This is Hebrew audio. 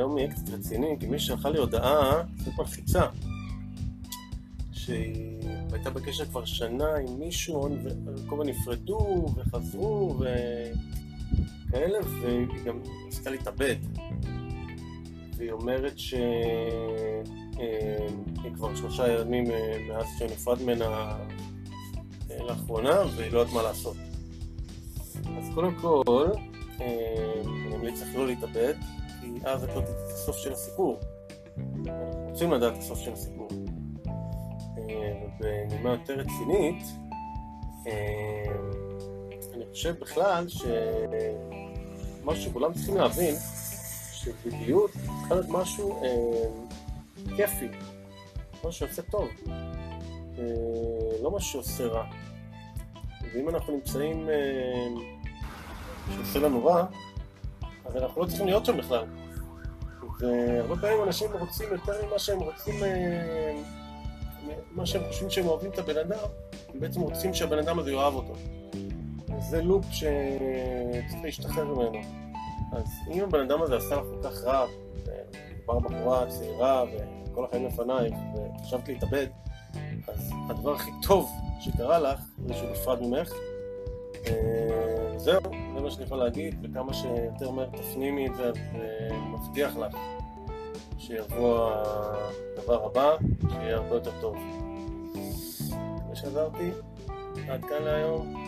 היום יהיה קצת רציני, כי מי שלחה לי הודעה, זאת מלחיצה, שהיא הייתה בקשר כבר שנה עם מישהו, וכל מיני נפרדו וחזרו וכאלה, והיא גם ניסתה להתאבד. והיא אומרת שהיא כבר 3 ימים מאז שנפרד ממנה לאחרונה, והיא לא יודעת מה לעשות. אז קודם כל, אני ממליץ לך לא להתאבד, כי אז את לא תדעת את הסוף של הסיפור. אנחנו רוצים לדעת את הסוף של הסיפור. ובנימה יותר רצינית, אני חושב בכלל שמשהו שכולם צריכים להבין, שבדיוק יכול להיות משהו כיפי, משהו שעושה טוב, לא משהו שעושה רע. ואם אנחנו נמצאים שעושה לנו רע, אז אנחנו לא צריכים להיות שם בכלל. והרבה פעמים אנשים רוצים יותר ממה שהם רוצים, מה שהם חושבים שהם אוהבים את הבן אדם, הם בעצם רוצים שהבן אדם הזה יאהב אותו. זה לופ שצריך להשתחרר ממנו. אז אם הבן אדם הזה עשה לך כל כך רע, כבר בחורה צעירה וכל החיים לפנייך, וחשבת להתאבד, אז הדבר הכי טוב שקרה לך זה שהוא נפרד ממך. זהו, זה מה שאני יכול להגיד, וכמה שיותר מהר תפנימי את זה, אני מבטיח לך שיבוא הדבר הבא, שיהיה הרבה יותר טוב. ושעזרתי, עד כאן להיום.